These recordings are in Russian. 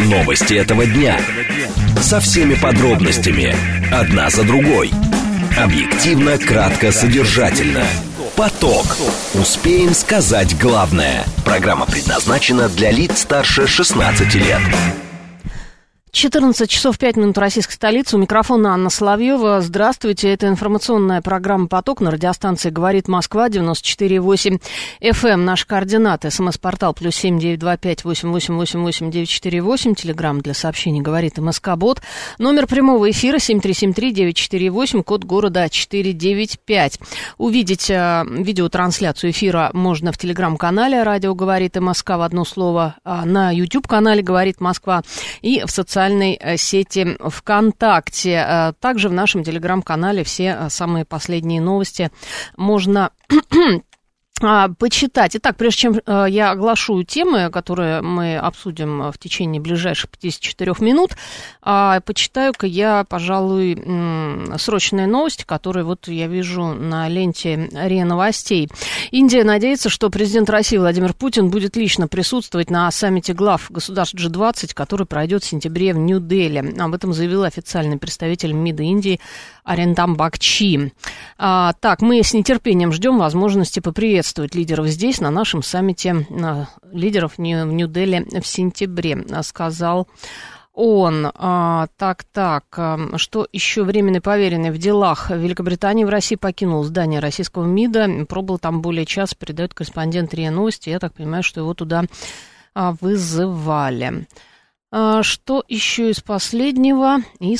Новости этого дня. Со всеми подробностями. Одна за другой. Объективно, кратко, содержательно. Поток. Успеем сказать главное. Программа предназначена для лиц старше 16 лет. 14 часов 5 минут российской столицы. У микрофона Анна Соловьева. Здравствуйте. Это информационная программа «Поток» на радиостанции «Говорит Москва», 94,8 FM. Наши координаты. СМС-портал +7 925 8888 948. Телеграмм для сообщений «Говорит МСК-бот». Номер прямого эфира 7373-948, код города 495. Увидеть видеотрансляцию эфира можно в телеграм-канале «Радио говорит МСК» в одно слово, на YouTube-канале «Говорит Москва» и в социальной сети ВКонтакте. Также в нашем телеграм-канале все самые последние новости можно почитать. Итак, прежде чем я оглашу темы, которые мы обсудим в течение ближайших 54 минут, почитаю-ка я, пожалуй, срочные новости, которые вот я вижу на ленте РИА Новостей. Индия надеется, что президент России Владимир Путин будет лично присутствовать на саммите глав государств G20, который пройдет в сентябре в Нью-Дели. Об этом заявил официальный представитель МИДа Индии Арендам Бакчи. Так, мы с нетерпением ждем возможности поприветствовать лидеров здесь, на нашем саммите лидеров в Нью-Дели в сентябре, сказал он. Что еще? Временный поверенный в делах Великобритании в России покинул здание российского МИДа, пробыл там более часа, передает корреспондент РИА Новости. Я так понимаю, что его туда вызывали. Что еще из последнего?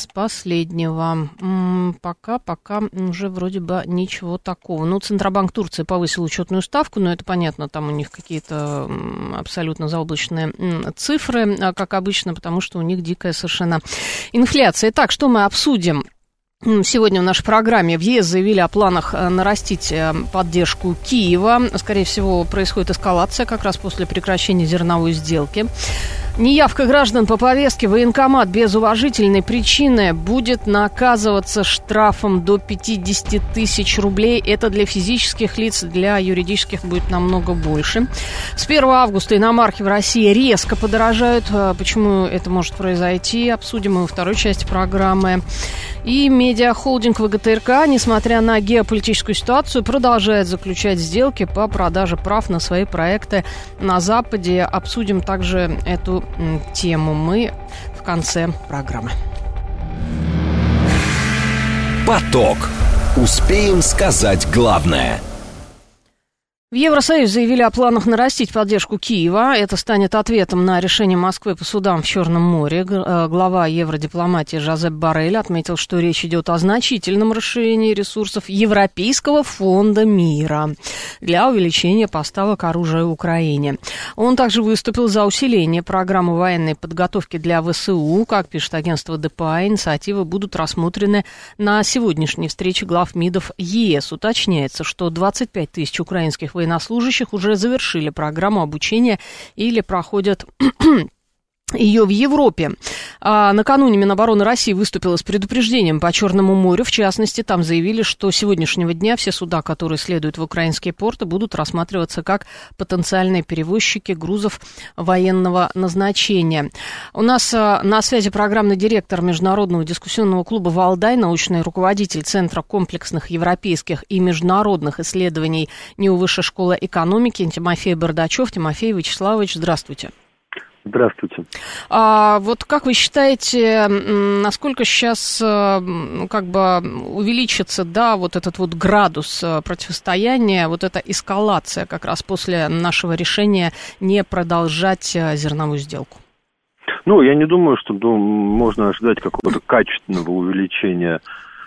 Пока уже вроде бы ничего такого. Ну, Центробанк Турции повысил учетную ставку, но это понятно, там у них какие-то абсолютно заоблачные цифры, как обычно, потому что у них дикая совершенно инфляция. Итак, что мы обсудим? Сегодня в нашей программе в ЕС заявили о планах нарастить поддержку Киева. Скорее всего, происходит эскалация как раз после прекращения зерновой сделки. Неявка граждан по повестке в военкомат без уважительной причины будет наказываться штрафом до 50 тысяч рублей. Это для физических лиц, для юридических будет намного больше. С 1 августа иномарки в России резко подорожают. Почему это может произойти, обсудим мы во второй части программы. И медиахолдинг ВГТРК, несмотря на геополитическую ситуацию, продолжает заключать сделки по продаже прав на свои проекты на Западе. Обсудим также эту тему мы в конце программы. Поток. Успеем сказать главное. В Евросоюзе заявили о планах нарастить поддержку Киева. Это станет ответом на решение Москвы по судам в Черном море. Глава евродипломатии Жозеп Боррель отметил, что речь идет о значительном расширении ресурсов Европейского фонда мира для увеличения поставок оружия Украине. Он также выступил за усиление программы военной подготовки для ВСУ. Как пишет агентство ДПА, инициативы будут рассмотрены на сегодняшней встрече глав МИДов ЕС. Уточняется, что 25 тысяч украинских военнослужащих уже завершили программу обучения или проходят ее в Европе. Накануне Минобороны России выступила с предупреждением по Черному морю. В частности, там заявили, что с сегодняшнего дня все суда, которые следуют в украинские порты, будут рассматриваться как потенциальные перевозчики грузов военного назначения. У нас на связи программный директор Международного дискуссионного клуба «Валдай», научный руководитель Центра комплексных европейских и международных исследований НИУ Высшей школы экономики Тимофей Бардачев. Тимофей Вячеславович, здравствуйте. Здравствуйте. Вот как вы считаете, насколько сейчас увеличится, вот этот вот градус противостояния, вот эта эскалация как раз после нашего решения не продолжать зерновую сделку? Я не думаю, что можно ожидать какого-то качественного увеличения,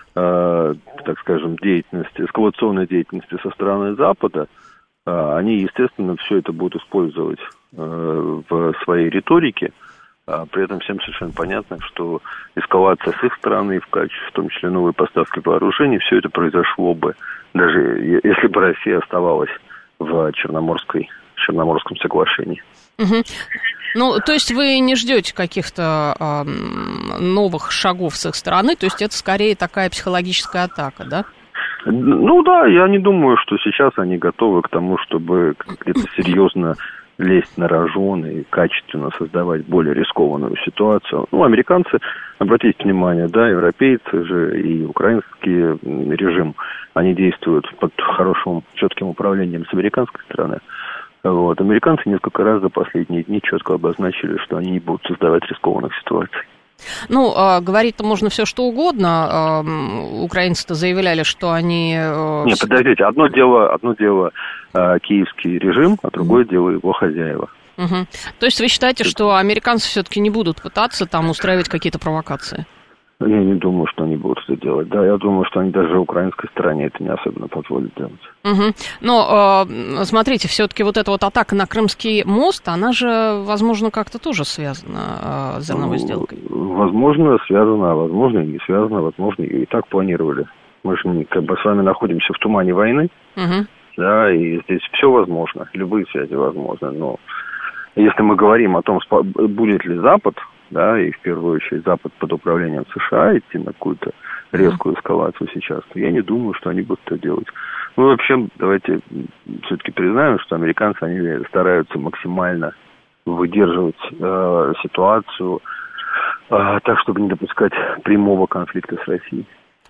так скажем, эскалационной деятельности со стороны Запада. Они, естественно, все это будут использовать в своей риторике. При этом всем совершенно понятно, что эскалация с их стороны, в том числе новые поставки вооружений, все это произошло бы, даже если бы Россия оставалась в Черноморском соглашении. Угу. То есть вы не ждете каких-то новых шагов с их стороны, то есть это скорее такая психологическая атака, да? Да, я не думаю, что сейчас они готовы к тому, чтобы где-то серьезно лезть на рожон и качественно создавать более рискованную ситуацию. Ну, американцы, обратите внимание, да, европейцы же и украинский режим, они действуют под хорошим, четким управлением с американской стороны. Вот. Американцы несколько раз за последние дни четко обозначили, что они не будут создавать рискованных ситуаций. Ну, говорить-то можно все что угодно. Украинцы-то заявляли, что они... Нет, подождите, одно дело киевский режим, а другое дело его хозяева. Угу. То есть вы считаете, что американцы все-таки не будут пытаться там устраивать какие-то провокации? Я не думаю, что они будут это делать. Да, я думаю, что они даже украинской стороне это не особенно позволят делать. Угу. Но, смотрите, все-таки вот эта вот атака на Крымский мост, она же, возможно, как-то тоже связана с зерновой сделкой. Возможно, связана, а возможно, и не связана, возможно, и так планировали. Мы же как бы с вами находимся в тумане войны, да, и здесь все возможно, любые связи возможны. Но если мы говорим о том, будет ли Запад, да, и в первую очередь Запад под управлением США идти на какую-то резкую эскалацию сейчас, то я не думаю, что они будут это делать. Ну, вообще, давайте все-таки признаем, что американцы, они стараются максимально выдерживать ситуацию так, чтобы не допускать прямого конфликта с Россией.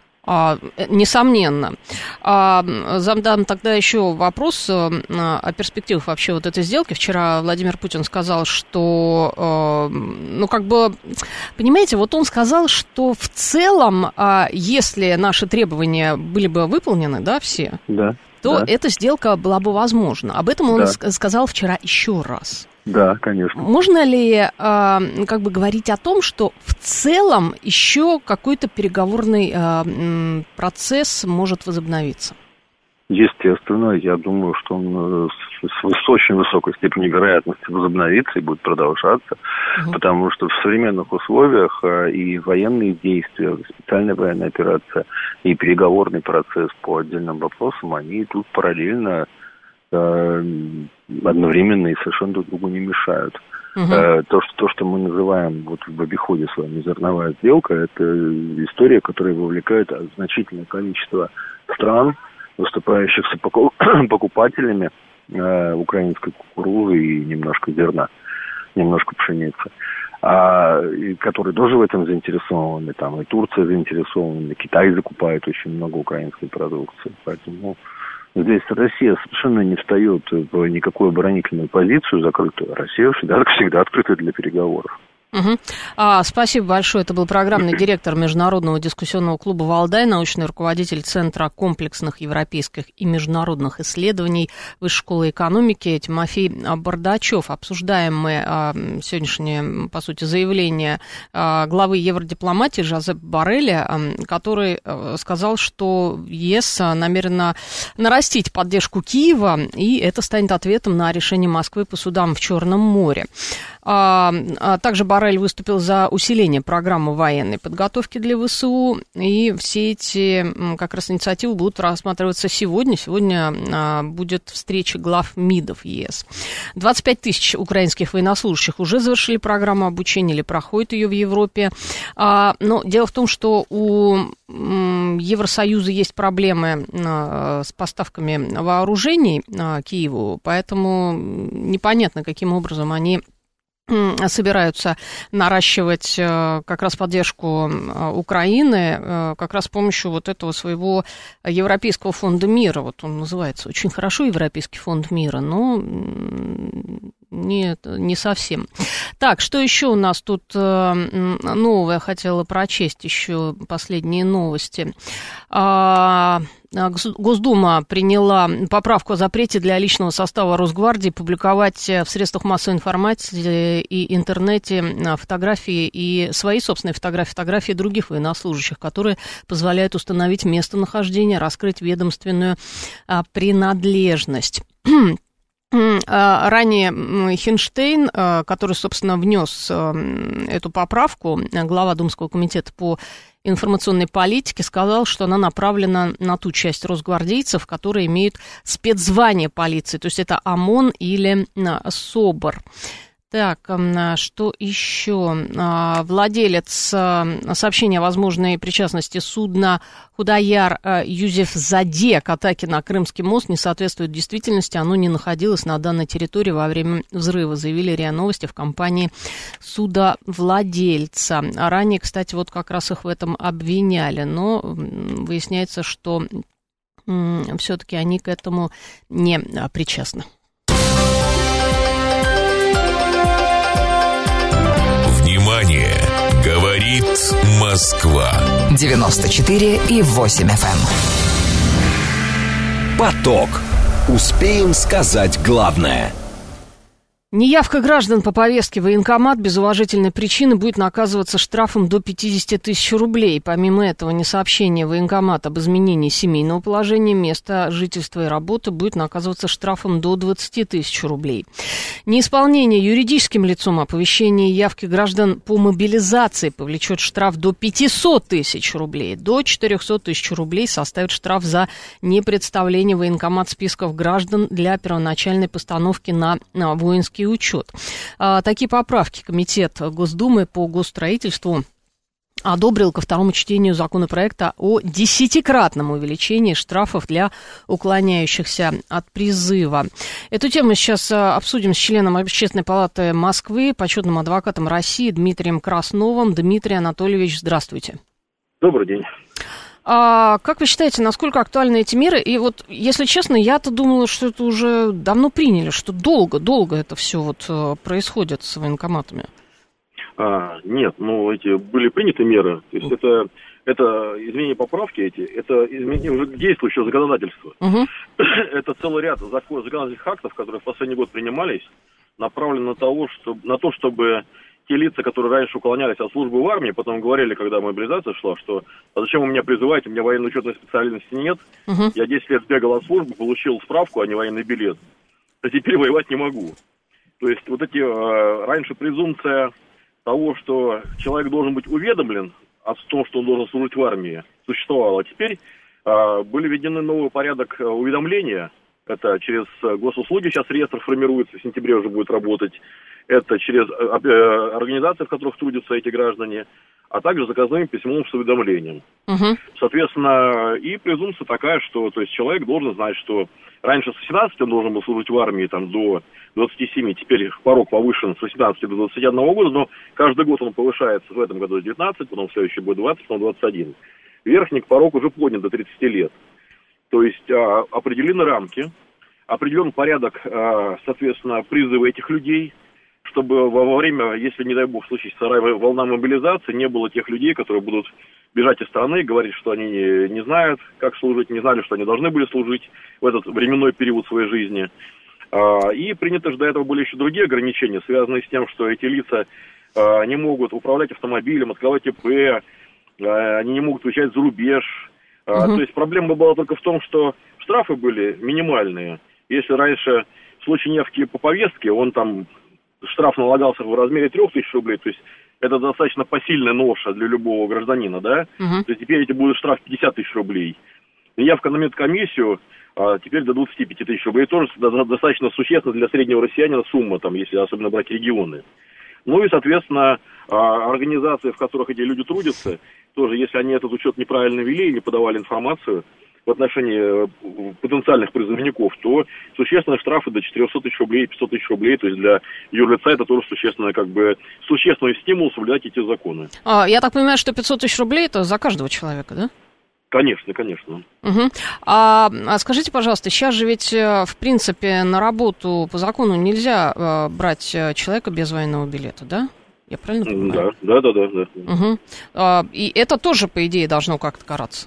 Несомненно. Задам тогда еще вопрос о перспективах вообще вот этой сделки. Вчера Владимир Путин сказал, что, ну, как бы, понимаете, вот он сказал, что в целом, если наши требования были бы выполнены, да, все, то эта сделка была бы возможна. Об этом он сказал вчера еще раз. Да, конечно. Можно ли как бы говорить о том, что в целом еще какой-то переговорный процесс может возобновиться? Естественно, я думаю, что он с очень высокой степенью вероятности возобновится и будет продолжаться, потому что в современных условиях и военные действия, специальная военная операция, и переговорный процесс по отдельным вопросам, они идут параллельно, одновременно и совершенно друг другу не мешают. То, что мы называем вот в обиходе с вами зерновая сделка, это история, которая вовлекает значительное количество стран, выступающих с покупателями украинской кукурузы и немножко зерна, немножко пшеницы, которые тоже в этом заинтересованы. Там и Турция заинтересована, и Китай закупает очень много украинской продукции. Поэтому здесь Россия совершенно не встает в никакую оборонительную позицию закрытую. Россия всегда открыта для переговоров. Спасибо большое. Это был программный директор Международного дискуссионного клуба «Валдай», научный руководитель Центра комплексных европейских и международных исследований Высшей школы экономики Тимофей Бардачев. Обсуждаем мы сегодняшнее, по сути, заявление главы евродипломатии Жозеп Борреля, который сказал, что ЕС намерена нарастить поддержку Киева, и это станет ответом на решение Москвы по судам в Черном море. Также Боррель выступил за усиление программы военной подготовки для ВСУ, и все эти как раз инициативы будут рассматриваться сегодня. Сегодня будет встреча глав МИДов ЕС. 25 тысяч украинских военнослужащих уже завершили программу обучения или проходят ее в Европе. Но дело в том, что у Евросоюза есть проблемы с поставками вооружений Киеву, поэтому непонятно, каким образом они собираются наращивать как раз поддержку Украины как раз с помощью вот этого своего Европейского фонда мира. Вот он называется очень хорошо Европейский фонд мира, но нет, не совсем. Так, что еще у нас тут новое? Хотела прочесть еще последние новости. Госдума приняла поправку о запрете для личного состава Росгвардии публиковать в средствах массовой информации и интернете фотографии и свои собственные фотографии других военнослужащих, которые позволяют установить местонахождение, раскрыть ведомственную принадлежность. Ранее Хинштейн, который, собственно, внес эту поправку, глава Думского комитета по информационной политике, сказал, что она направлена на ту часть росгвардейцев, которые имеют спецзвание полиции, то есть это ОМОН или СОБР. Так, что еще? Владелец сообщения о возможной причастности судна Худаяр Юзефзаде к атаке на Крымский мост не соответствует действительности. Оно не находилось на данной территории во время взрыва, заявили РИА Новости в компании судовладельца. А ранее, кстати, вот как раз их в этом обвиняли, но выясняется, что все-таки они к этому не причастны. Внимание! Говорит Москва. 94,8 FM. Поток. Успеем сказать главное. Неявка граждан по повестке в военкомат без уважительной причины будет наказываться штрафом до 50 тысяч рублей. Помимо этого, несообщение в военкомат об изменении семейного положения, места жительства и работы будет наказываться штрафом до 20 тысяч рублей. Неисполнение юридическим лицом оповещения явки граждан по мобилизации повлечет штраф до 500 тысяч рублей. До 400 тысяч рублей составит штраф за непредставление в военкомат списков граждан для первоначальной постановки на воинский учет. Такие поправки Комитет Госдумы по госстроительству одобрил ко второму чтению законопроекта о 10-кратном увеличении штрафов для уклоняющихся от призыва. Эту тему сейчас обсудим с членом Общественной палаты Москвы, почетным адвокатом России Дмитрием Красновым. Дмитрий Анатольевич, здравствуйте. Добрый день. Как вы считаете, насколько актуальны эти меры? И вот, если честно, я-то думала, что это уже давно приняли, что долго это все вот происходит с военкоматами. Нет, эти были приняты меры. То есть это изменение поправки это изменение уже действующего законодательства. Это целый ряд законодательных актов, которые в последний год принимались, направлены на то, чтобы те лица, которые раньше уклонялись от службы в армии, потом говорили, когда мобилизация шла, что «а зачем вы меня призываете, у меня военной учетной специальности нет, я 10 лет бегал от службы, получил справку, а не военный билет, а теперь воевать не могу». То есть вот эти раньше презумпция того, что человек должен быть уведомлен о том, что он должен служить в армии, существовала. А теперь были введены новый порядок уведомления. Это через госуслуги сейчас реестр формируется, в сентябре уже будет работать. Это через организации, в которых трудятся эти граждане, а также заказным письмом с уведомлением. Соответственно, и презумпция такая, что то есть человек должен знать, что раньше с 18 он должен был служить в армии до 27, теперь порог повышен с 18 до 21 года, но каждый год он повышается, в этом году 19, потом в следующий год 20, потом 21. Верхний порог уже поднят до 30 лет. То есть определены рамки, определен порядок, соответственно, призыва этих людей, чтобы во время, если, не дай бог, случится вторая волна мобилизации, не было тех людей, которые будут бежать из страны, говорить, что они не знают, как служить, не знали, что они должны были служить в этот временной период своей жизни. И приняты же до этого были еще другие ограничения, связанные с тем, что эти лица не могут управлять автомобилем, открывать ИП, они не могут уезжать за рубеж. То есть проблема была только в том, что штрафы были минимальные. Если раньше в случае неявки по повестке, штраф налагался в размере 3000 рублей, то есть это достаточно посильная ноша для любого гражданина, да? То есть теперь это будет штраф 50 тысяч рублей. Явка на медкомиссию теперь до 25 тысяч рублей, тоже достаточно существенно для среднего россиянина сумма, если особенно брать регионы. Ну и, соответственно, организации, в которых эти люди трудятся, тоже, если они этот учет неправильно вели и не подавали информацию в отношении потенциальных призывников, то существенные штрафы до 400 тысяч рублей, 500 тысяч рублей, то есть для юрлица это тоже существенный стимул соблюдать эти законы. Я так понимаю, что 500 тысяч рублей это за каждого человека, да? Конечно. А скажите, пожалуйста, сейчас же ведь, в принципе, на работу по закону нельзя брать человека без военного билета, да? Я правильно понимаю? Да. И это тоже, по идее, должно как-то караться?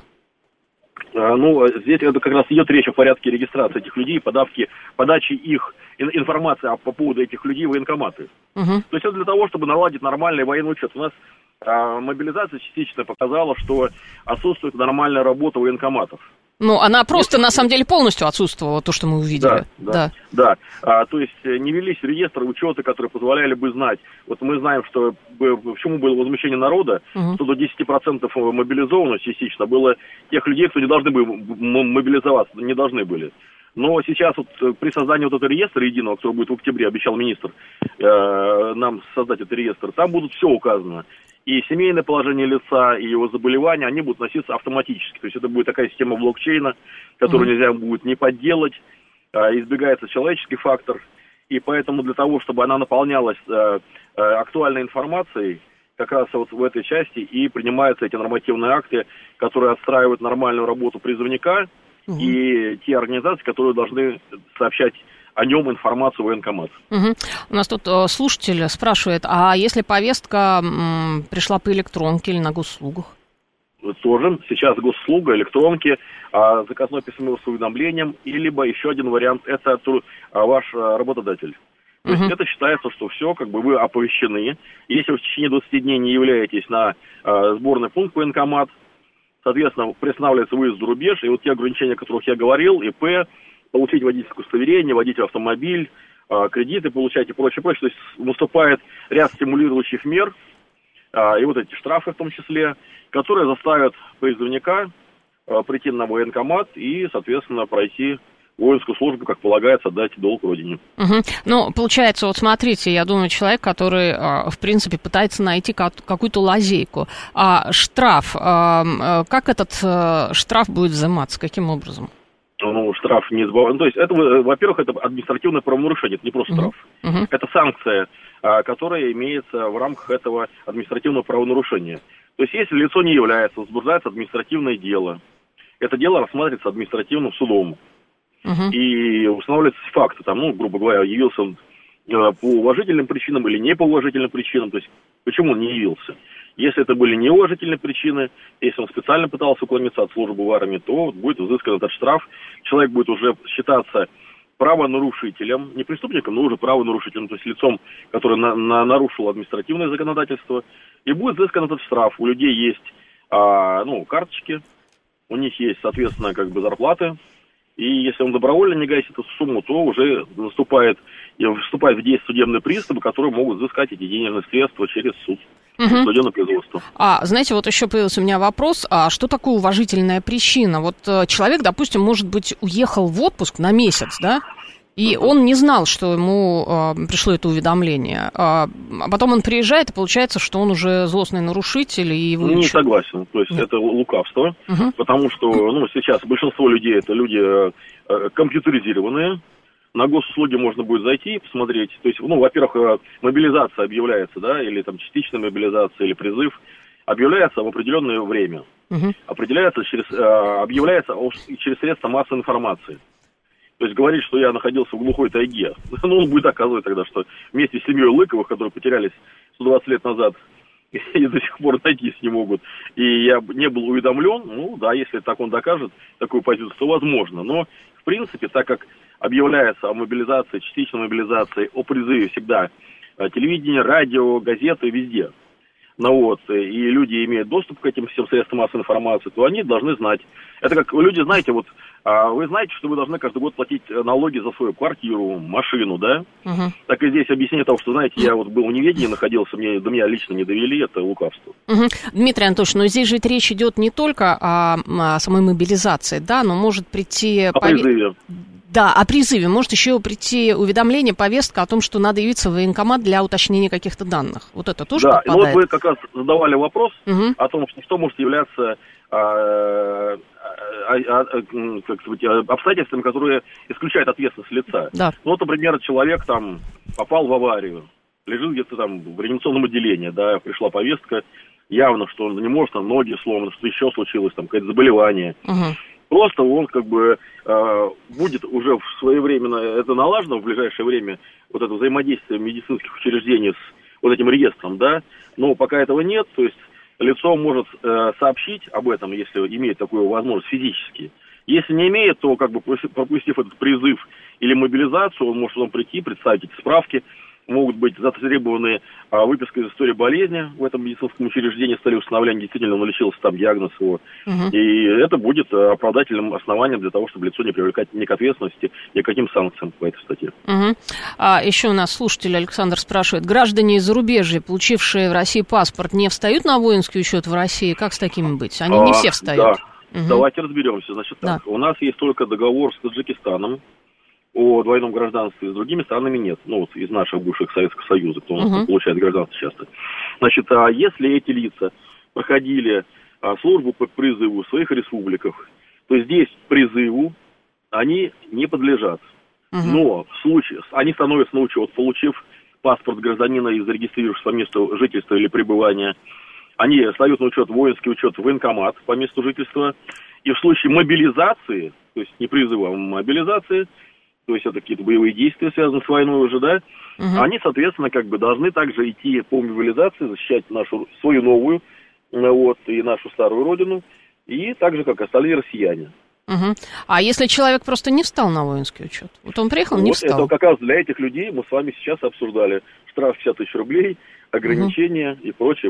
Здесь это как раз идет речь о порядке регистрации этих людей, подачи их информации по поводу этих людей в военкоматы. То есть это для того, чтобы наладить нормальный военный учет. У нас мобилизация частично показала, что отсутствует нормальная работа военкоматов. Она просто, на самом деле, полностью отсутствовала, то, что мы увидели. Да. То есть не велись реестры, учеты, которые позволяли бы знать. Вот мы знаем, что почему было возмущение народа, что до 10% мобилизованных частично было тех людей, кто не должны были мобилизоваться, не должны были. Но сейчас вот при создании вот этого реестра единого, который будет в октябре, обещал министр нам создать этот реестр, там будут все указано. И семейное положение лица, и его заболевания, они будут носиться автоматически. То есть это будет такая система блокчейна, которую нельзя будет не подделать, избегается человеческий фактор. И поэтому для того, чтобы она наполнялась актуальной информацией, как раз вот в этой части и принимаются эти нормативные акты, которые отстраивают нормальную работу призывника, и те организации, которые должны сообщать о нем информацию в военкомат. У нас тут слушатель спрашивает, а если повестка пришла по электронке или на госуслугах? Тоже. Сейчас госуслуга, электронки, заказное письмо с уведомлением, и либо еще один вариант, это ваш работодатель. То есть это считается, что все, как бы вы оповещены. Если вы в течение 20 дней не являетесь на сборный пункт военкомат, соответственно, приостанавливается выезд за рубеж, и вот те ограничения, о которых я говорил, ИП, получить водительское удостоверение, водить автомобиль, кредиты получать и прочее, прочее. То есть наступает ряд стимулирующих мер, и вот эти штрафы в том числе, которые заставят призывника прийти на военкомат и, соответственно, пройти воинскую службу, как полагается, отдать долг родине. Ну, получается, вот смотрите, я думаю, человек, который, в принципе, пытается найти какую-то лазейку. А штраф, как этот штраф будет взиматься, каким образом? Ну, штраф не избавлен. То есть, это, во-первых, это административное правонарушение, это не просто штраф. Это санкция, которая имеется в рамках этого административного правонарушения. То есть, если лицо не является, возбуждается административное дело, это дело рассматривается административным судом. И устанавливаются факты, там, ну, грубо говоря, явился он по уважительным причинам или не по уважительным причинам, то есть почему он не явился. Если это были неуважительные причины, если он специально пытался уклониться от службы в армии, то будет взыскан этот штраф, человек будет уже считаться правонарушителем, не преступником, но уже правонарушителем, то есть лицом, которое нарушило административное законодательство, и будет взыскан этот штраф. У людей есть, карточки, у них есть, соответственно, как бы зарплаты. И если он добровольно не гасит эту сумму, то уже вступает в действие судебные приставы, которые могут взыскать эти денежные средства через суд, судебное производство. Знаете, вот еще появился у меня вопрос, а что такое уважительная причина? Вот человек, допустим, может быть, уехал в отпуск на месяц, да? И он не знал, что ему пришло это уведомление. А потом он приезжает, и получается, что он уже злостный нарушитель. И его не согласен. То есть это лукавство. Потому что сейчас большинство людей это люди компьютеризированные. На госуслуги можно будет зайти и посмотреть. То есть, во-первых, мобилизация объявляется, да, или там частичная мобилизация, или призыв. Объявляется в определенное время. Объявляется через средства массовой информации. То есть говорить, что я находился в глухой тайге, он будет доказывать тогда, что вместе с семьей Лыковых, которые потерялись 120 лет назад и до сих пор найтись не могут, и я не был уведомлен, если так он докажет такую позицию, то возможно. Но, в принципе, так как объявляется о мобилизации, частичной мобилизации, о призыве всегда телевидение, радио, газеты, везде, и люди имеют доступ к этим всем средствам массовой информации, то они должны знать. Это как люди, знаете, вы знаете, что вы должны каждый год платить налоги за свою квартиру, машину, да? Так и здесь объяснение того, что, знаете, я был в неведении находился, до меня лично не довели, это лукавство. Дмитрий Анатольевич, но здесь же ведь речь идет не только о самой мобилизации, да, но может прийти... О призыве. Да, о призыве. Может еще прийти уведомление, повестка о том, что надо явиться в военкомат для уточнения каких-то данных. Вот это тоже попадает? Да, вы как раз задавали вопрос о том, что может являться обстоятельствами, которые исключают ответственность лица. Да. Например, человек там попал в аварию, лежит где-то там в реанимационном отделении, да, пришла повестка, явно, что он не может, там ноги сломаны, что еще случилось, там какое-то заболевание. Просто он будет уже своевременно это налажено в ближайшее время, вот это взаимодействие медицинских учреждений с вот этим реестром, да, но пока этого нет, то есть лицо может сообщить об этом, если имеет такую возможность физически. Если не имеет, то пропустив этот призыв или мобилизацию, он может прийти, представить эти справки. Могут быть затребованы выписка из истории болезни в этом медицинском учреждении с целью установления, действительно он лечился, там диагноз его. И это будет оправдательным основанием для того, чтобы лицо не привлекать ни к ответственности, ни к каким санкциям по этой статье. Еще у нас слушатель Александр спрашивает, граждане из зарубежья, получившие в России паспорт, не встают на воинский учет в России? Как с такими быть? Они не все встают. Давайте разберемся. Значит так, у нас есть только договор с Таджикистаном о двойном гражданстве, с другими странами нет. Ну, вот из наших бывших Советского Союза, кто у нас получает гражданство часто. Значит, а если эти лица проходили службу по призыву в своих республиках, то здесь призыву они не подлежат. Но в случае, они становятся на учет, получив паспорт гражданина и зарегистрировавшись по месту жительства или пребывания. Они ставят на учет воинский учет в военкомат по месту жительства. И в случае мобилизации, то есть не призыва, а мобилизации, то есть это какие-то боевые действия, связанные с войной уже, да, они, соответственно, как бы должны также идти по мобилизации, защищать свою новую, вот, и нашу старую родину, и так же, как остальные россияне. А если человек просто не встал на воинский учет? Вот он приехал, не встал. Это как раз для этих людей мы с вами сейчас обсуждали. Штраф 50 тысяч рублей, ограничения и прочее.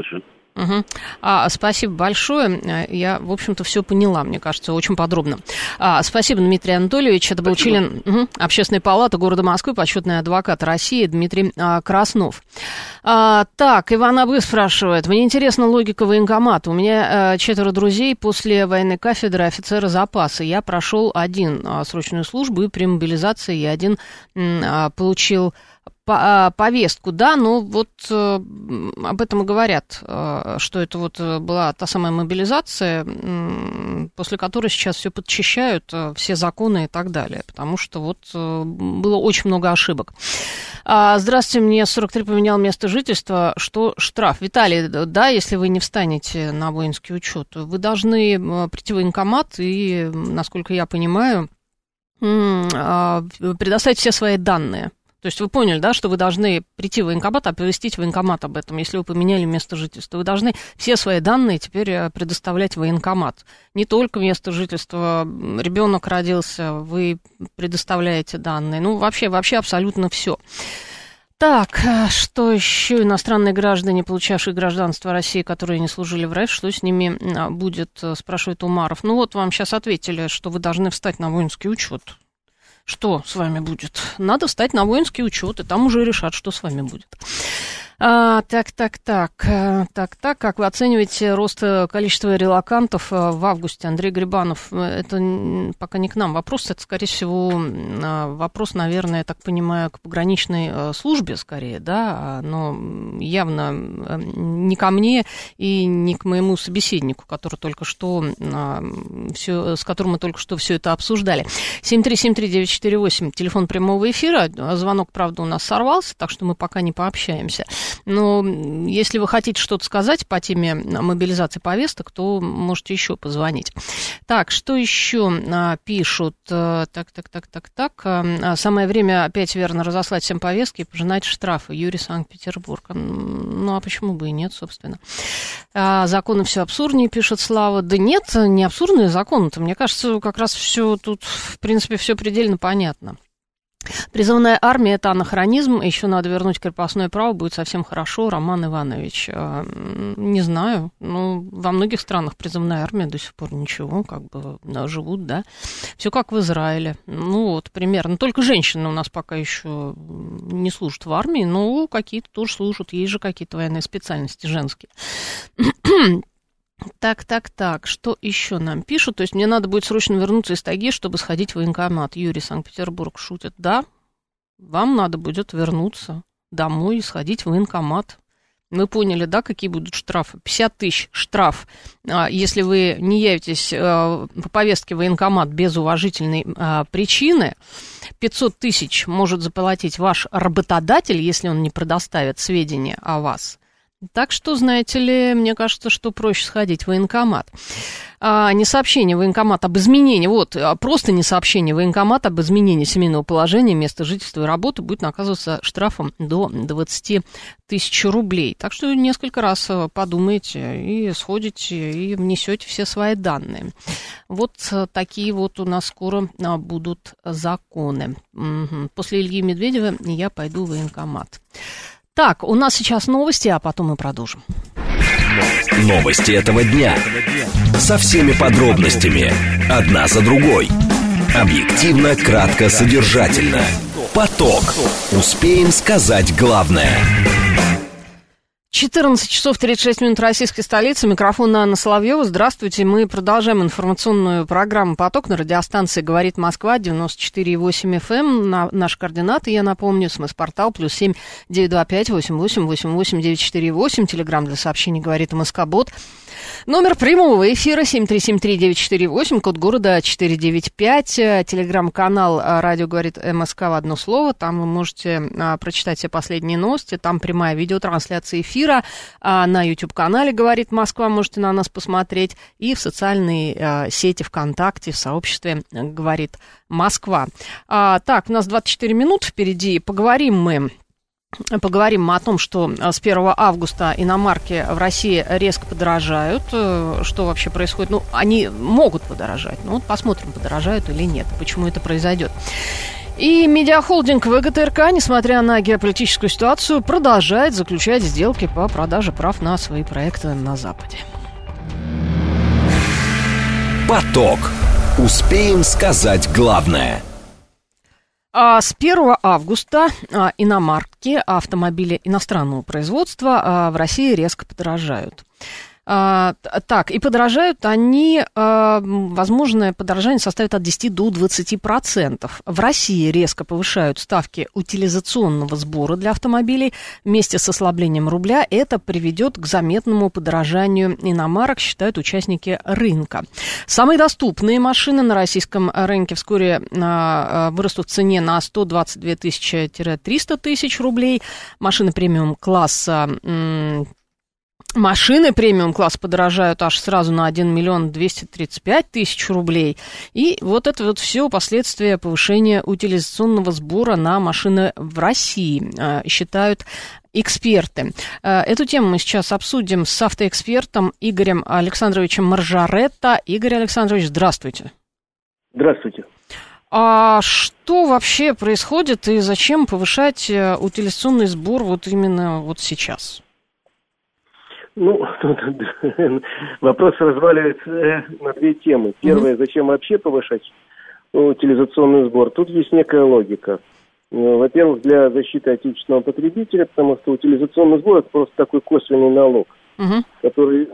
Спасибо большое. Я, в общем-то, все поняла, мне кажется, очень подробно. Спасибо, Дмитрий Анатольевич. Это был член Общественной палаты города Москвы, почетный адвокат России Дмитрий Краснов. Так, Иван Абы спрашивает. Мне интересна логика военкомата. У меня 4 друзей после военной кафедры офицера запаса. Я прошел 1 срочную службу, и при мобилизации я 1 получил повестку, да, но вот об этом и говорят, что это вот была та самая мобилизация, после которой сейчас все подчищают, все законы и так далее, потому что вот было очень много ошибок. Здравствуйте, мне 43 поменял место жительства, что штраф? Виталий, да, если вы не встанете на воинский учет, вы должны прийти в военкомат и, насколько я понимаю, предоставить все свои данные. То есть вы поняли, да, что вы должны прийти в военкомат, оповестить военкомат об этом, если вы поменяли место жительства. Вы должны все свои данные теперь предоставлять в военкомат. Не только место жительства, ребенок родился, вы предоставляете данные. Ну, вообще абсолютно все. Так, что еще? Иностранные граждане, получавшие гражданство России, которые не служили в РФ, что с ними будет, спрашивает Умаров. Ну вот вам сейчас ответили, что вы должны встать на воинский учет. Что с вами будет? Надо встать на воинский учет, и там уже решат, что с вами будет. Как вы оцениваете рост количества релокантов в августе? Андрей Грибанов, это пока не к нам вопрос, это, скорее всего, вопрос, наверное, я так понимаю, к пограничной службе, скорее, да, но явно не ко мне и не к моему собеседнику, который только что, с которым мы только что все это обсуждали. 7373948, телефон прямого эфира, звонок, правда, у нас сорвался, так что мы пока не пообщаемся. Но если вы хотите что-то сказать по теме мобилизации повесток, то можете еще позвонить. Так, что еще пишут? Самое время опять верно разослать всем повестки и пожинать штрафы. Юрий, Санкт-Петербург. Ну, а почему бы и нет, собственно. Законы все абсурднее, пишет Слава. Да нет, не абсурдные законы-то. Мне кажется, как раз все тут, в принципе, все предельно понятно. Призывная армия – это анахронизм, еще надо вернуть крепостное право, будет совсем хорошо. Роман Иванович, не знаю, ну, во многих странах призывная армия до сих пор ничего, как бы живут, да, все как в Израиле, ну, вот, примерно, только женщины у нас пока еще не служат в армии, но какие-то тоже служат, есть же какие-то военные специальности женские. Так, что еще нам пишут? То есть мне надо будет срочно вернуться из тайги, чтобы сходить в военкомат. Юрий, Санкт-Петербург, шутит. Да, вам надо будет вернуться домой и сходить в военкомат. Вы поняли, да, какие будут штрафы? 50 тысяч штраф, если вы не явитесь по повестке в военкомат без уважительной причины. 500 тысяч может заплатить ваш работодатель, если он не предоставит сведения о вас. Так что, знаете ли, мне кажется, что проще сходить в военкомат. Не сообщение в военкомат об изменении, просто не сообщение в военкомат об изменении семейного положения, места жительства и работы будет наказываться штрафом до 20 тысяч рублей. Так что несколько раз подумайте и сходите, и внесете все свои данные. Вот такие вот у нас скоро будут законы. После Ильи Медведева я пойду в военкомат. Так, у нас сейчас новости, а потом мы продолжим. Новости этого дня. Со всеми подробностями. Одна за другой. Объективно, кратко, содержательно. Поток. Успеем сказать главное. 14 часов 36 минут российской столицы. Микрофон Анна Соловьева. Здравствуйте. Мы продолжаем информационную программу «Поток» на радиостанции «Говорит Москва», 94,8 FM. Наши координаты, я напомню, СМС-портал +7 925 88 88 948. Телеграм для сообщений «Говорит МСК-бот». Номер прямого эфира 7373948, код города 495. Телеграм-канал «Радио говорит МСК» в одно слово. Там вы можете прочитать все последние новости. Там прямая видеотрансляция эфира. На YouTube-канале «Говорит Москва» можете на нас посмотреть. И в социальной сети ВКонтакте, в сообществе «Говорит Москва». Так, у нас 24 минуты впереди. Поговорим мы о том, что с 1 августа иномарки в России резко подорожают. Что вообще происходит? Ну, они могут подорожать. Ну, вот посмотрим, подорожают или нет. Почему это произойдет. И медиахолдинг ВГТРК, несмотря на геополитическую ситуацию, продолжает заключать сделки по продаже прав на свои проекты на Западе. Поток. Успеем сказать главное. С 1 августа иномарки, автомобили иностранного производства в России резко подорожают. Так, и подорожают они, возможное подорожание составит от 10 до 20%. В России резко повышают ставки утилизационного сбора для автомобилей. Вместе с ослаблением рубля это приведет к заметному подорожанию иномарок, считают участники рынка. Самые доступные машины на российском рынке вскоре вырастут в цене на 122 тысячи-300 тысяч рублей. Машины премиум-класса подорожают аж сразу на 1 миллион 235 тысяч рублей. И вот это вот все последствия повышения утилизационного сбора на машины в России, считают эксперты. Эту тему мы сейчас обсудим с автоэкспертом Игорем Александровичем Маржаретто. Игорь Александрович, здравствуйте. Здравствуйте. А что вообще происходит и зачем повышать утилизационный сбор вот именно вот сейчас? Ну, вопрос разваливается на две темы. Первое, зачем вообще повышать утилизационный сбор? Тут есть некая логика. Во-первых, для защиты отечественного потребителя, потому что утилизационный сбор – это просто такой косвенный налог, который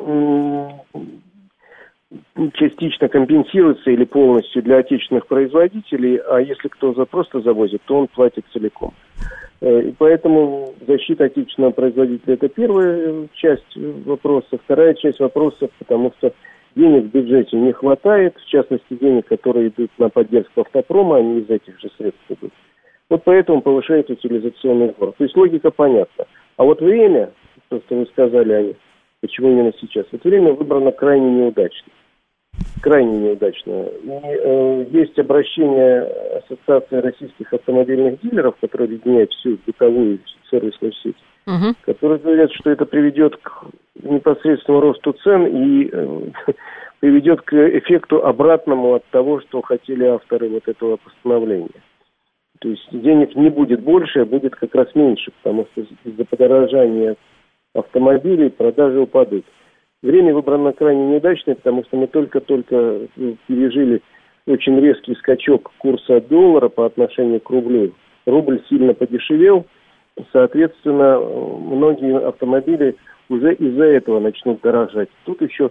частично компенсируется или полностью для отечественных производителей, а если кто просто завозит, то он платит целиком. И поэтому защита отечественного производителя – это первая часть вопроса. Вторая часть вопроса, потому что денег в бюджете не хватает, в частности, денег, которые идут на поддержку автопрома, они из этих же средств идут. Вот поэтому повышает утилизационный сбор. То есть логика понятна. А вот время, то, что вы сказали, Аня, почему именно сейчас, это время выбрано крайне неудачно. Крайне неудачно. И есть обращение Ассоциации российских автомобильных дилеров, которая объединяет всю бытовую сервисную сеть, которые говорят, что это приведет к непосредственному росту цен и приведет к эффекту обратному от того, что хотели авторы вот этого постановления. То есть денег не будет больше, а будет как раз меньше, потому что из-за подорожания автомобилей продажи упадут. Время выбрано крайне неудачное, потому что мы только-только пережили очень резкий скачок курса доллара по отношению к рублю. Рубль сильно подешевел, соответственно, многие автомобили уже из-за этого начнут дорожать. Тут еще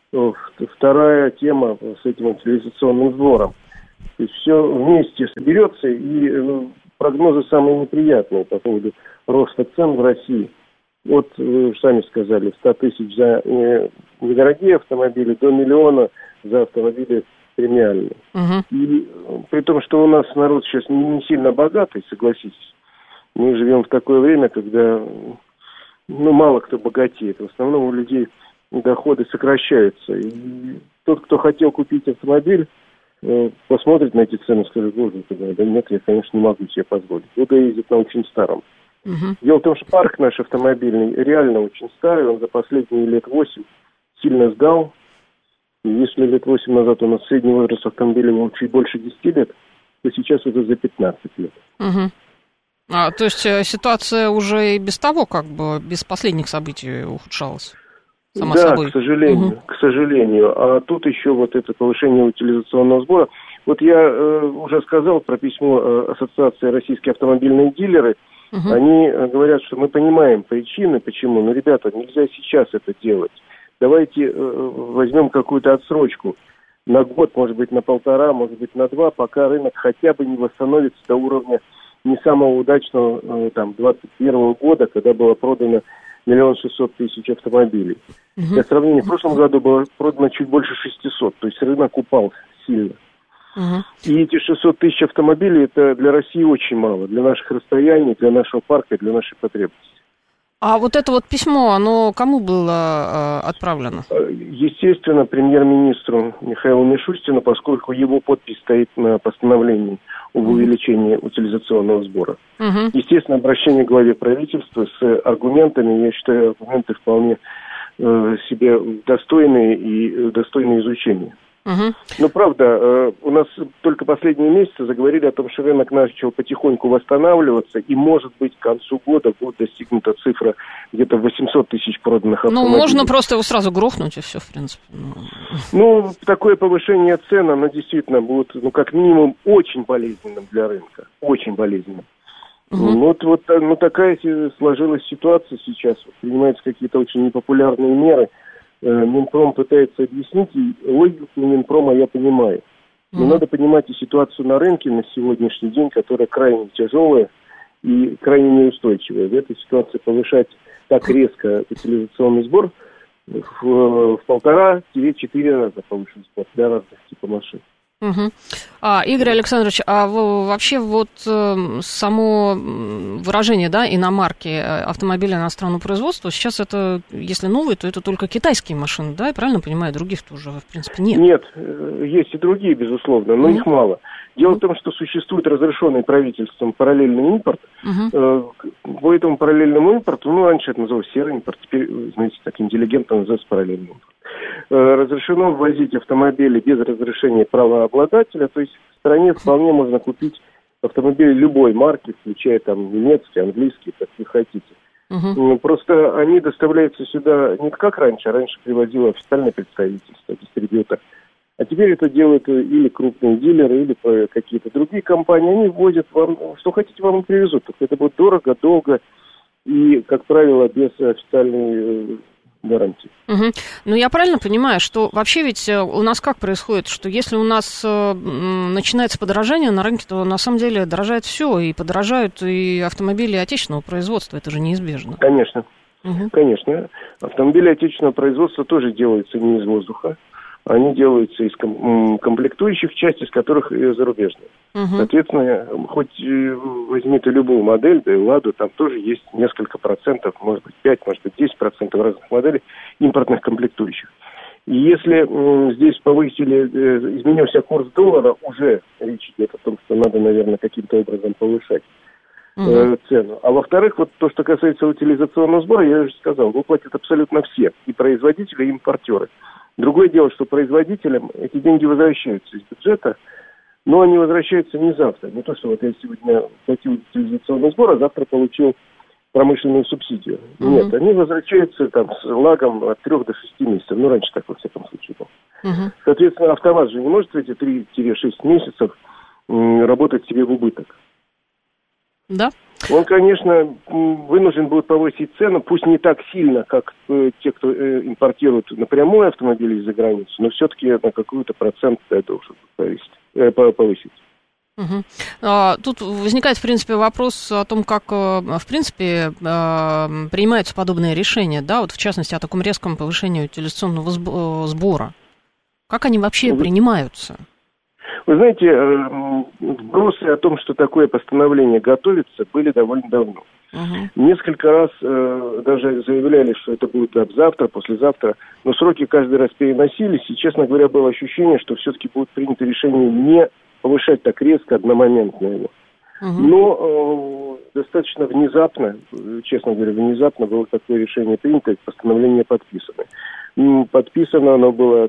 вторая тема с этим утилизационным сбором. То есть все вместе соберется, и прогнозы самые неприятные по поводу роста цен в России. Вот, вы сами сказали, 100 тысяч за недорогие автомобили до миллиона за автомобили премиальные. И при том, что у нас народ сейчас не сильно богатый, согласитесь. Мы живем в такое время, когда мало кто богатеет. В основном у людей доходы сокращаются. И тот, кто хотел купить автомобиль, посмотрит на эти цены и скажет: боже, да нет, я, конечно, не могу себе позволить. Буду ездить на очень старом. Дело в том, что парк наш автомобильный реально очень старый, он за последние лет 8 сильно сдал. И если лет 8 назад у нас средний возраст автомобиля был чуть больше 10 лет, то сейчас уже за 15 лет. То есть ситуация уже и без того, как бы, без последних событий ухудшалась? Само собой. К сожалению. А тут еще вот это повышение утилизационного сбора. Вот я уже сказал про письмо Ассоциации российские автомобильные дилеры. Они говорят, что мы понимаем причины, почему, но, ребята, нельзя сейчас это делать. Давайте возьмем какую-то отсрочку на год, может быть, на 1,5, может быть, на 2, пока рынок хотя бы не восстановится до уровня не самого удачного, 21 года, когда было продано 1 600 000 автомобилей. Для сравнения, в прошлом году было продано чуть больше 600, то есть рынок упал сильно. И эти 600 000 автомобилей, это для России очень мало, для наших расстояний, для нашего парка, для нашей потребности. А вот это вот письмо, оно кому было отправлено? Естественно, премьер-министру Михаилу Мишустину, поскольку его подпись стоит на постановлении об увеличении утилизационного сбора. Естественно, обращение к главе правительства с аргументами, я считаю, аргументы вполне себе достойные и достойные изучения. Но правда, у нас только последние месяцы заговорили о том, что рынок начал потихоньку восстанавливаться, и, может быть, к концу года будет достигнута цифра где-то 800 000 проданных автомобилей. Ну, можно просто его сразу грохнуть, и все, в принципе. Ну, такое повышение цен, оно действительно будет, как минимум, очень болезненным для рынка. Очень болезненным. Такая сложилась ситуация сейчас. Принимаются какие-то очень непопулярные меры. Минпром пытается объяснить, и логику Минпрома я понимаю. Но надо понимать и ситуацию на рынке на сегодняшний день, которая крайне тяжелая и крайне неустойчивая. В этой ситуации повышать так резко утилизационный сбор в 1,5-4 раза повышен сбор для разных типов машин. Игорь Александрович, а вообще вот само выражение, иномарки автомобиля иностранного производства, сейчас это, если новые, то это только китайские машины, да, я правильно понимаю, других-то уже, в принципе, нет? Нет, есть и другие, безусловно, но их мало. Дело в том, что существует разрешенный правительством параллельный импорт. По этому параллельному импорту, раньше это называлось серый импорт, теперь, знаете, так интеллигентно называется параллельный импорт. Разрешено ввозить автомобили без разрешения правообладателя, то есть в стране вполне можно купить автомобили любой марки, включая немецкие, английские, как вы хотите. Просто они доставляются сюда не как раньше, а раньше привозило официальное представительство, дистрибьютор. А теперь это делают или крупные дилеры, или какие-то другие компании. Они ввозят вам, что хотите, вам и привезут. Только это будет дорого, долго и, как правило, без официальной гарантии. Ну, я правильно понимаю, что вообще ведь у нас как происходит, что если у нас начинается подорожание на рынке, то на самом деле дорожает все, и подорожают и автомобили отечественного производства, это же неизбежно. Конечно, конечно. Автомобили отечественного производства тоже делаются не из воздуха. Они делаются из комплектующих, часть из которых зарубежные. Соответственно, хоть возьми ты любую модель, да и «Ладу», там тоже есть несколько процентов, может быть 5, может быть 10% разных моделей импортных комплектующих. И если здесь изменился курс доллара, уже речь идет о том, что надо, наверное, каким-то образом повышать цену. А во-вторых, вот то, что касается утилизационного сбора, я уже сказал, его платят абсолютно все, и производители, и импортеры. Другое дело, что производителям эти деньги возвращаются из бюджета, но они возвращаются не завтра. Не то, что вот я сегодня платил утилизационный сбор, а завтра получил промышленную субсидию. Нет, они возвращаются с лагом от 3 до 6 месяцев. Раньше так, во всяком случае, было. Соответственно, АвтоВАЗ же не может в эти 3-6 месяцев работать себе в убыток. Да. Он, конечно, вынужден будет повысить цену, пусть не так сильно, как те, кто импортирует напрямую автомобили из-за границы, но все-таки на какой-то процент должен повысить. Тут возникает, в принципе, вопрос о том, как, в принципе, принимаются подобные решения, в частности, о таком резком повышении утилизационного сбора. Как они вообще принимаются? Вы знаете, вопросы о том, что такое постановление готовится, были довольно давно. Несколько раз даже заявляли, что это будет завтра, послезавтра, но сроки каждый раз переносились, и, честно говоря, было ощущение, что все-таки будет принято решение не повышать так резко, одномоментно его. Но достаточно внезапно, честно говоря, было такое решение принято, постановление подписано. Подписано оно было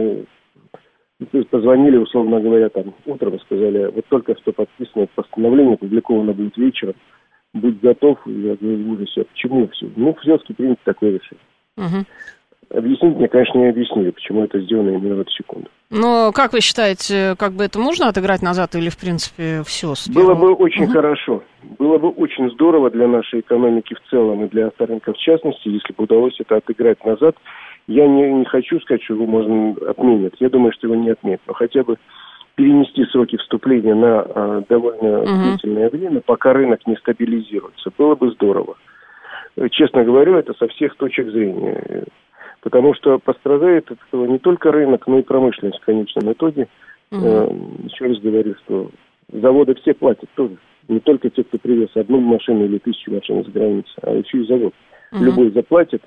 позвонили, условно говоря, утром, сказали, вот только что подписано это постановление, опубликовано будет вечером, будь готов. Я говорю, уже все. Почему все? Все-таки принято такое решение. Объяснить мне, конечно, не объяснили, почему это сделано именно в эту секунду. Но как вы считаете, как бы это можно отыграть назад или, в принципе, все? Было бы очень хорошо. Было бы очень здорово для нашей экономики в целом и для авторынка в частности, если бы удалось это отыграть назад. Я не хочу сказать, что его можно отменить. Я думаю, что его не отменят. Но хотя бы перенести сроки вступления на довольно длительное время, пока рынок не стабилизируется. Было бы здорово. Честно говорю, это со всех точек зрения. Потому что пострадает от этого не только рынок, но и промышленность в конечном итоге. Еще раз говорю, что заводы все платят тоже. Не только те, кто привез одну машину или 1000 машин с границы, а еще и завод. Любой заплатит,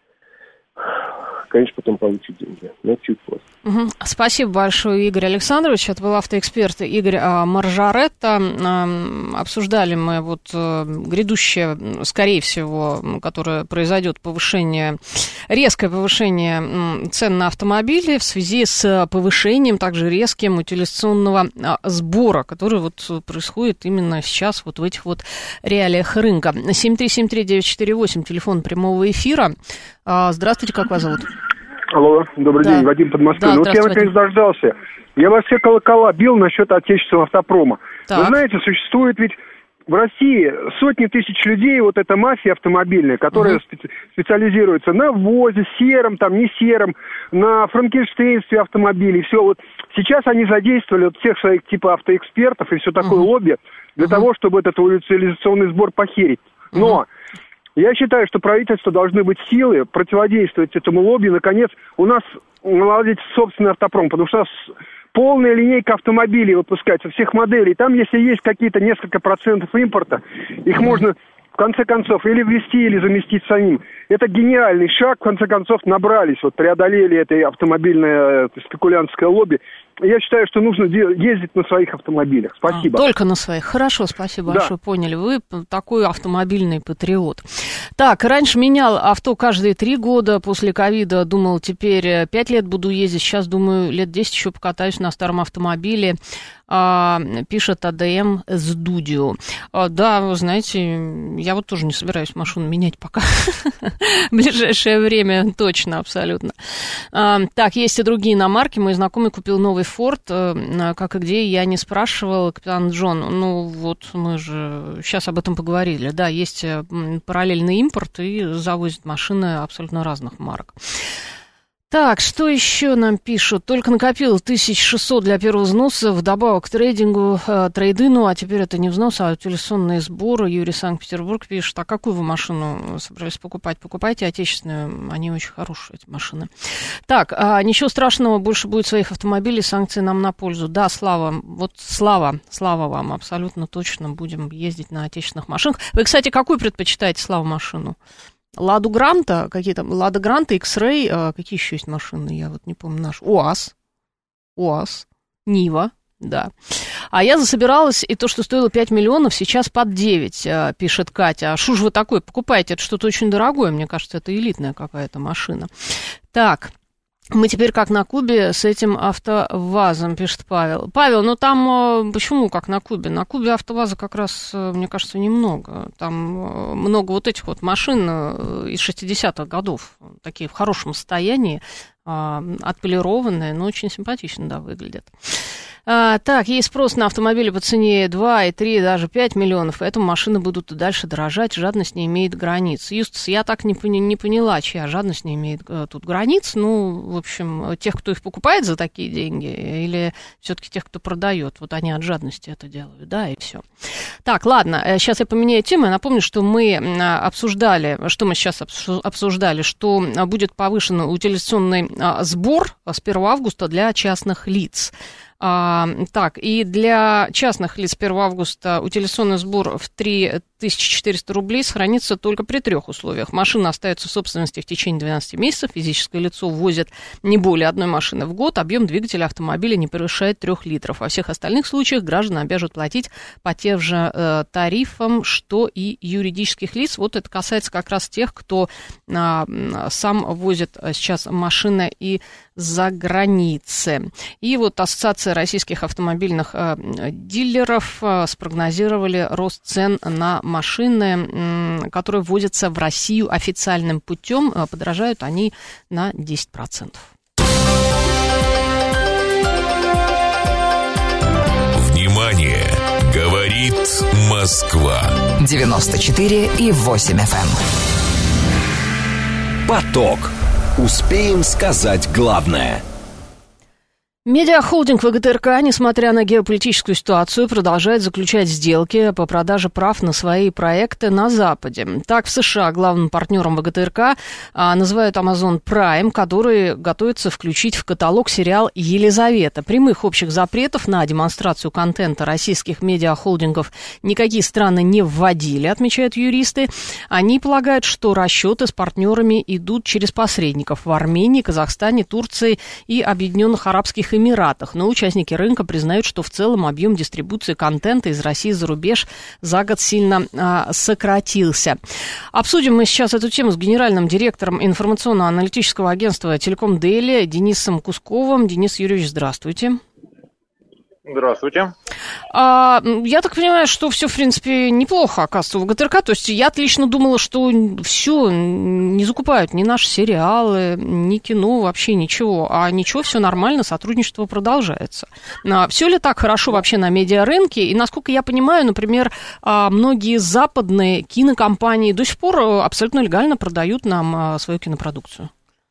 конечно, потом получит деньги, но чуть позже. Спасибо большое, Игорь Александрович. Это был автоэксперт Игорь Маржаретта. Обсуждали мы вот грядущее, скорее всего, которое произойдет резкое повышение цен на автомобили в связи с повышением также резким утилизационного сбора, который вот происходит именно сейчас вот в этих вот реалиях рынка. 7373948, телефон прямого эфира. Здравствуйте, как вас зовут? Алло, добрый день, Вадим под Москвой. Да, вот я наконец дождался. Я во все колокола бил насчет отечественного автопрома. Так. Вы знаете, существует ведь в России сотни тысяч людей, вот эта мафия автомобильная, которая специализируется на ввозе, сером, там, не сером, на франкенштейнстве автомобилей. Все вот сейчас они задействовали вот всех своих типа автоэкспертов и все такое лобби для того, чтобы этот утилизационный сбор похерить. Но я считаю, что правительство должны быть силы противодействовать этому лобби. Наконец, у нас наладить собственный автопром, потому что у нас полная линейка автомобилей выпускается, всех моделей. Там, если есть какие-то несколько процентов импорта, их можно, в конце концов, или ввести, или заместить самим. Это гениальный шаг, в конце концов, набрались, вот преодолели это автомобильное спекулянтское лобби. Я считаю, что нужно ездить на своих автомобилях. Спасибо. Только на своих. Хорошо, спасибо большое, поняли. Вы такой автомобильный патриот. Так, раньше менял авто каждые 3 года. После ковида думал, теперь 5 лет буду ездить. Сейчас, думаю, лет 10 еще покатаюсь на старом автомобиле. Пишет АДМ с Дудио. Да, вы знаете, я вот тоже не собираюсь машину менять пока. В ближайшее время точно, абсолютно. Так, есть и другие иномарки. Мой знакомый купил новый Форд. Как и где, я не спрашивал. Капитан Джон, ну вот мы же сейчас об этом поговорили. Да, есть параллельный импорт и завозят машины абсолютно разных марок. Так, что еще нам пишут? Только накопил 1600 для первого взноса, вдобавок к трейдингу, трейдину, а теперь это не взнос, а утилизационные сборы. Юрий Санкт-Петербург пишет, а какую вы машину собрались покупать? Покупайте отечественную, они очень хорошие, эти машины. Так, ничего страшного, больше будет своих автомобилей, санкции нам на пользу. Да, Слава, вот слава вам, абсолютно точно будем ездить на отечественных машинах. Вы, кстати, какую предпочитаете, Слава, машину? Ладу Гранта, какие там, Лада Гранта, X-Ray, какие еще есть машины, я вот не помню наши. УАЗ, Нива, да. А я засобиралась, и то, что стоило 5 миллионов, сейчас под 9, пишет Катя. А что же вы такое покупаете? Это что-то очень дорогое, мне кажется, это элитная какая-то машина. Так. Мы теперь как на Кубе с этим АвтоВАЗом, пишет Павел. Павел, ну там почему как на Кубе? На Кубе АвтоВАЗа как раз, мне кажется, немного. Там много вот этих вот машин из 60-х годов, такие в хорошем состоянии, отполированные, но очень симпатично, да, выглядят. Так, есть спрос на автомобили по цене 2, 3, даже 5 миллионов, поэтому машины будут и дальше дорожать, жадность не имеет границ. Юстас, я так не поняла, чья жадность не имеет тут границ. Ну, в общем, тех, кто их покупает за такие деньги, или все-таки тех, кто продает. Вот они от жадности это делают, да, и все. Так, ладно, сейчас я поменяю тему. Я напомню, что мы обсуждали, что будет повышен утилизационный сбор с 1 августа для частных лиц. Так, и для частных лиц 1 августа утилизационный сбор в 3400 рублей сохранится только при 3 условиях. Машина остается в собственности в течение 12 месяцев, физическое лицо ввозит не более 1 машины в год, объем двигателя автомобиля не превышает 3 литров. Во всех остальных случаях граждане обяжут платить по тем же тарифам, что и юридических лиц. Вот это касается как раз тех, кто сам возит сейчас машины из-за границы. И вот Ассоциация российских автомобильных дилеров спрогнозировали рост цен на машины, которые ввозятся в Россию официальным путем. Подорожают они на 10%. Говорит Москва. 94,8 FM. Поток. Успеем сказать главное. Медиахолдинг ВГТРК, несмотря на геополитическую ситуацию, продолжает заключать сделки по продаже прав на свои проекты на Западе. Так, в США главным партнером ВГТРК называют Amazon Prime, который готовится включить в каталог сериал «Елизавета». Прямых общих запретов на демонстрацию контента российских медиахолдингов никакие страны не вводили, отмечают юристы. Они полагают, что расчеты с партнерами идут через посредников в Армении, Казахстане, Турции и Объединенных Арабских Эмиратах. Но участники рынка признают, что в целом объем дистрибуции контента из России за рубеж за год сильно сократился. Обсудим мы сейчас эту тему с генеральным директором информационно-аналитического агентства «Телеком Дели» Денисом Кусковым. Денис Юрьевич, здравствуйте. Здравствуйте. Я так понимаю, что все, в принципе, неплохо, оказывается, у ВГТРК. То есть я лично думала, что все не закупают ни наши сериалы, ни кино, вообще ничего. А ничего, все нормально, сотрудничество продолжается. Все ли так хорошо вообще на медиарынке? И, насколько я понимаю, например, многие западные кинокомпании до сих пор абсолютно легально продают нам свою кинопродукцию.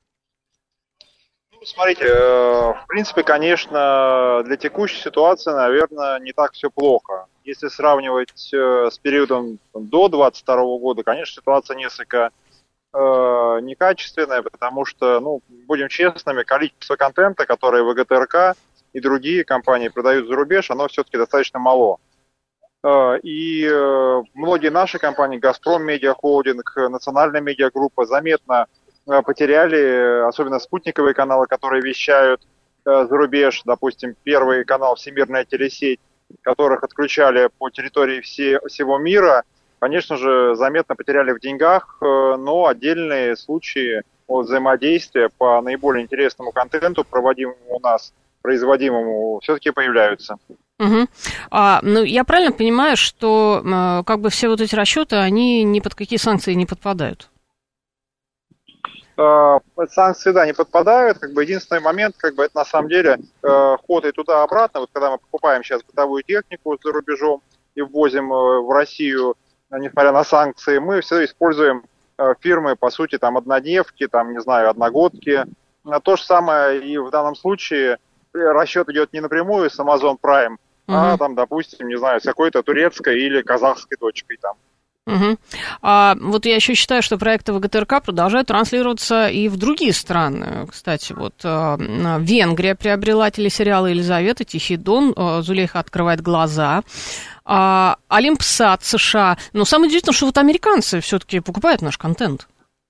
Смотрите, в принципе, конечно, для текущей ситуации, наверное, не так все плохо. Если сравнивать с периодом до 2022 года, конечно, ситуация несколько некачественная, потому что, будем честными, количество контента, которое ВГТРК и другие компании продают за рубеж, оно все-таки достаточно мало. И многие наши компании, «Газпром Медиа Холдинг», «Национальная медиагруппа» заметно потеряли, особенно спутниковые каналы, которые вещают за рубеж, допустим, Первый канал «Всемирная телесеть», которых отключали по территории всего мира, конечно же, заметно потеряли в деньгах, но отдельные случаи взаимодействия по наиболее интересному контенту, проводимому у нас, производимому, все-таки появляются. Угу. Я правильно понимаю, что все вот эти расчеты, они ни под какие санкции не подпадают? Санкции, да, не подпадают. Единственный момент, это на самом деле ход и туда-обратно. Вот когда мы покупаем сейчас бытовую технику за рубежом и ввозим в Россию, несмотря на санкции, мы все используем фирмы, по сути, однодневки, одногодки. То же самое и в данном случае расчет идет не напрямую с Amazon Prime, а допустим, с какой-то турецкой или казахской точкой там. Угу. Вот я еще считаю, что проекты ВГТРК продолжают транслироваться и в другие страны. Кстати, Венгрия приобрела телесериалы «Елизавета», «Тихий Дон», «Зулейха открывает глаза», «Олимпсат» США. Но самое удивительное, что американцы все-таки покупают наш контент.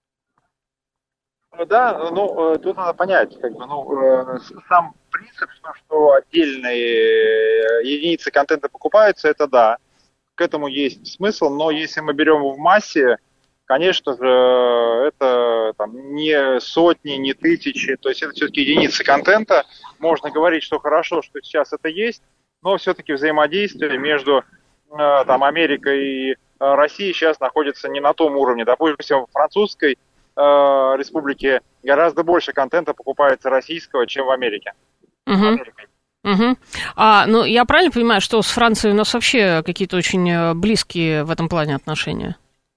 Да, тут надо понять, сам принцип, что отдельные единицы контента покупаются, это да. К этому есть смысл, но если мы берем в массе, конечно же, это не сотни, не тысячи, то есть это все-таки единицы контента. Можно говорить, что хорошо, что сейчас это есть, но все-таки взаимодействие между Америкой и Россией сейчас находится не на том уровне. Допустим, в Французской республике гораздо больше контента покупается российского, чем в Америке. Угу. Я правильно понимаю, что с Францией у нас вообще какие-то очень близкие в этом плане отношения?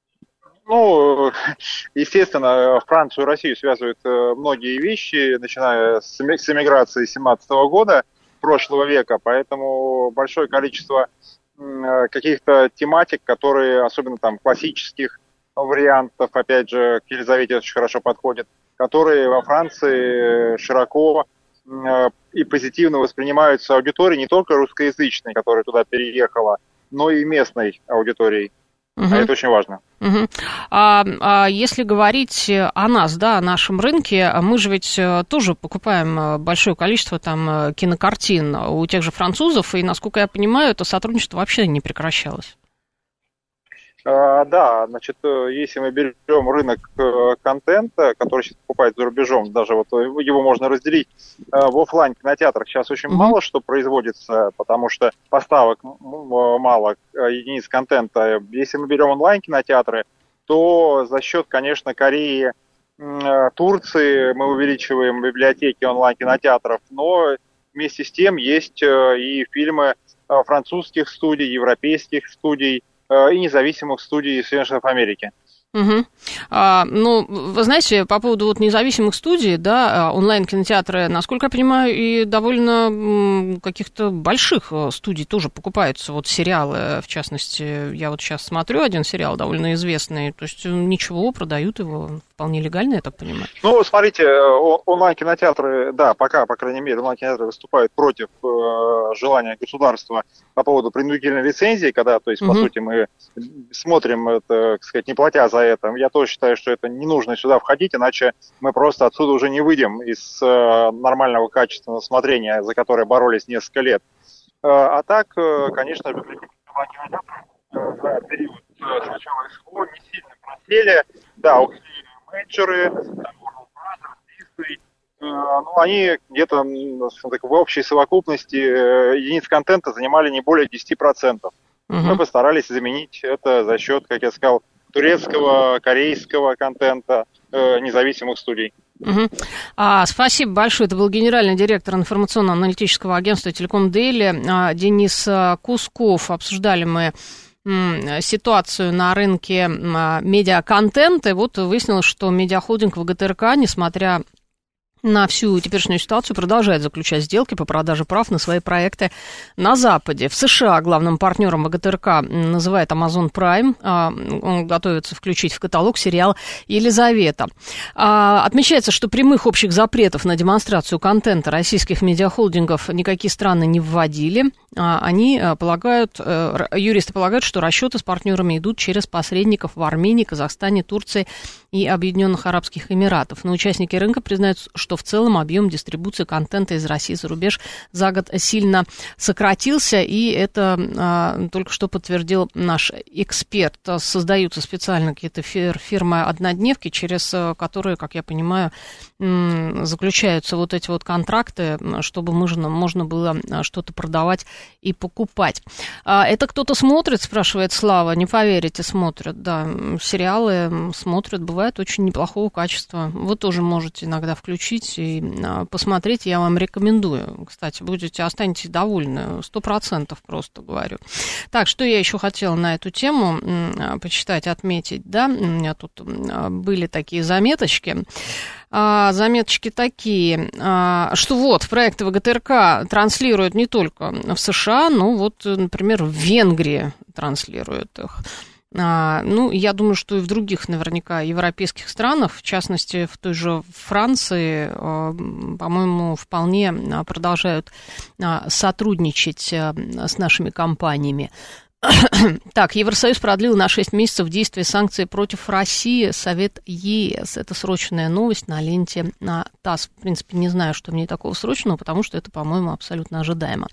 Естественно, Францию и Россию связывают многие вещи, начиная с эмиграции 17 года прошлого века, поэтому большое количество каких-то тематик, которые, особенно классических вариантов, опять же, к Елизавете очень хорошо подходят, которые во Франции широко и позитивно воспринимаются аудиторией не только русскоязычной, которая туда переехала, но и местной аудиторией. А это очень важно. Если говорить о нас, о нашем рынке, мы же ведь тоже покупаем большое количество кинокартин у тех же французов, и, насколько я понимаю, это сотрудничество вообще не прекращалось. Да, если мы берем рынок контента, который сейчас покупает за рубежом, даже его можно разделить в офлайн кинотеатрах. Сейчас очень мало что производится, потому что поставок мало единиц контента. Если мы берем онлайн кинотеатры, то за счет, конечно, Кореи, Турции мы увеличиваем библиотеки онлайн кинотеатров, но вместе с тем есть и фильмы французских студий, европейских студий и независимых студий Соединенных Штатов Америки. Угу. Ну, вы знаете, по поводу вот независимых студий, да, онлайн-кинотеатры, насколько я понимаю, и довольно каких-то больших студий тоже покупаются вот сериалы, в частности, я вот сейчас смотрю один сериал довольно известный, то есть ничего, продают его вполне легально, я так понимаю. Ну, смотрите, онлайн-кинотеатры, да, пока, по крайней мере, онлайн-кинотеатры выступают против желания государства по поводу принудительной лицензии, когда, то есть, по сути, мы смотрим это, так сказать, не платя за это. Я тоже считаю, что это не нужно сюда входить, иначе мы просто отсюда уже не выйдем из нормального качественного смотрения, за которое боролись несколько лет. А так, конечно, за период сначала СВО не сильно просели. Да, ушли менеджеры, Disney, ну, они где-то в общей совокупности единиц контента занимали не более 10%. Мы постарались заменить это за счет, как я сказал, турецкого, корейского контента, независимых студий. Спасибо большое. Это был генеральный директор информационно-аналитического агентства «Телеком Дейли» Денис Кусков. Обсуждали мы ситуацию на рынке медиаконтента. И вот выяснилось, что медиахолдинг ВГТРК, несмотря на всю теперешнюю ситуацию, продолжает заключать сделки по продаже прав на свои проекты на Западе. В США главным партнером ВГТРК называет Amazon Prime. Он готовится включить в каталог сериал «Елизавета». Отмечается, что прямых общих запретов на демонстрацию контента российских медиахолдингов никакие страны не вводили. Они полагают, юристы полагают, что расчеты с партнерами идут через посредников в Армении, Казахстане, Турции и Объединенных Арабских Эмиратов. Но участники рынка признают, что в целом объем дистрибуции контента из России за рубеж за год сильно сократился, и это только что подтвердил наш эксперт. Создаются специально какие-то фирмы-однодневки, через которые, как я понимаю, заключаются вот эти вот контракты, чтобы можно было что-то продавать и покупать. Это кто-то смотрит, спрашивает Слава? Не поверите, смотрят, да. Сериалы смотрят, бывает очень неплохого качества. Вы тоже можете иногда включить и посмотреть, я вам рекомендую. Кстати, останетесь довольны, 100% просто говорю. Так, что я еще хотела на эту тему почитать, отметить, да, у меня тут были такие заметочки. Заметочки такие, что вот проекты ВГТРК транслируют не только в США, но вот, например, в Венгрии транслируют их. Ну, я думаю, что и в других, наверняка, европейских странах, в частности, в той же Франции, по-моему, вполне продолжают сотрудничать с нашими компаниями. Так, Евросоюз продлил на 6 месяцев действие санкций против России, Совет ЕС. Это срочная новость на ленте на ТАСС. В принципе, не знаю, что в ней такого срочного, потому что это, по-моему, абсолютно ожидаемо.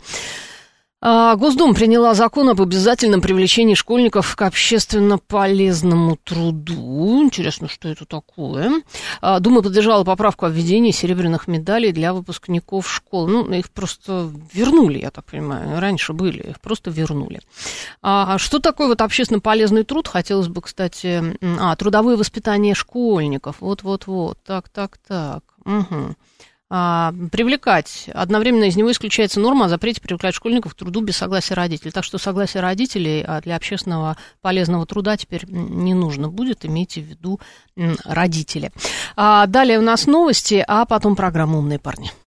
Госдума приняла закон об обязательном привлечении школьников к общественно полезному труду. Интересно, что это такое. Дума поддержала поправку о введении серебряных медалей для выпускников школ. Ну, их просто вернули, я так понимаю. Раньше были, их просто вернули. Что такое вот общественно полезный труд? Хотелось бы, кстати... трудовое воспитание школьников. Вот. Так. Угу. Привлекать. Одновременно из него исключается норма о запрете привлекать школьников к труду без согласия родителей. Так что согласие родителей для общественного полезного труда теперь не нужно будет, имейте в виду родители. Далее у нас новости, а потом программа «Умные парни».